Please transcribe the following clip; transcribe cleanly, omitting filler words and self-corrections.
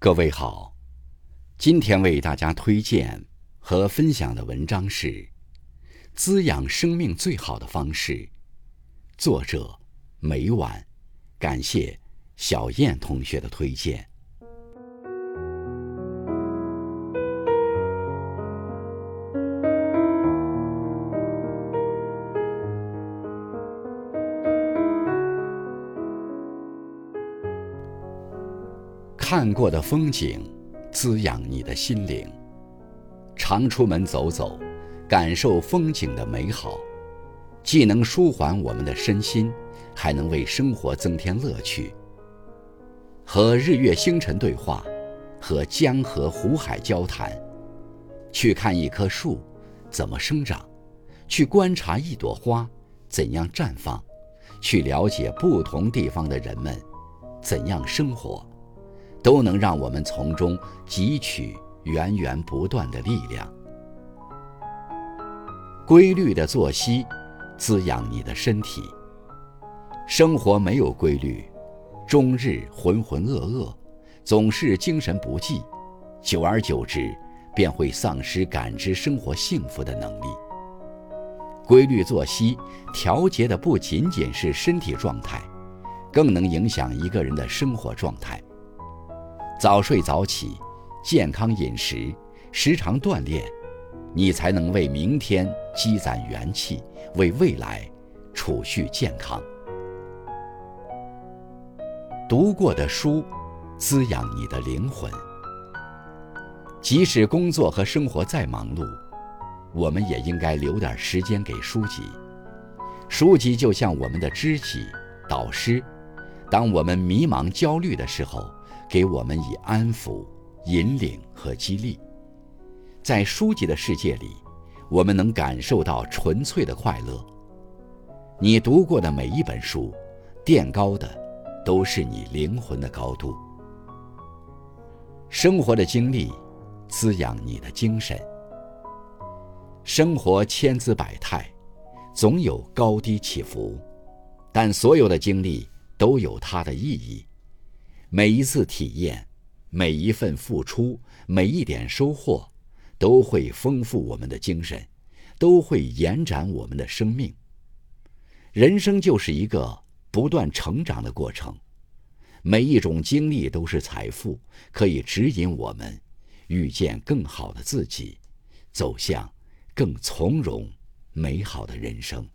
各位好，今天为大家推荐和分享的文章是《滋养生命最好的方式》，作者每晚，感谢小燕同学的推荐。看过的风景滋养你的心灵，常出门走走，感受风景的美好，既能舒缓我们的身心，还能为生活增添乐趣。和日月星辰对话，和江河湖海交谈，去看一棵树怎么生长，去观察一朵花怎样绽放，去了解不同地方的人们怎样生活，都能让我们从中汲取源源不断的力量。规律的作息滋养你的身体。生活没有规律，终日浑浑噩噩，总是精神不济，久而久之便会丧失感知生活幸福的能力。规律作息调节的不仅仅是身体状态，更能影响一个人的生活状态。早睡早起，健康饮食，时常锻炼，你才能为明天积攒元气，为未来储蓄健康。读过的书滋养你的灵魂。即使工作和生活再忙碌，我们也应该留点时间给书籍。书籍就像我们的知己、导师，当我们迷茫焦虑的时候，给我们以安抚、引领和激励。在书籍的世界里，我们能感受到纯粹的快乐。你读过的每一本书，垫高的都是你灵魂的高度。生活的经历滋养你的精神。生活千姿百态，总有高低起伏，但所有的经历都有它的意义。每一次体验，每一份付出，每一点收获，都会丰富我们的精神，都会延展我们的生命。人生就是一个不断成长的过程，每一种经历都是财富，可以指引我们遇见更好的自己，走向更从容美好的人生。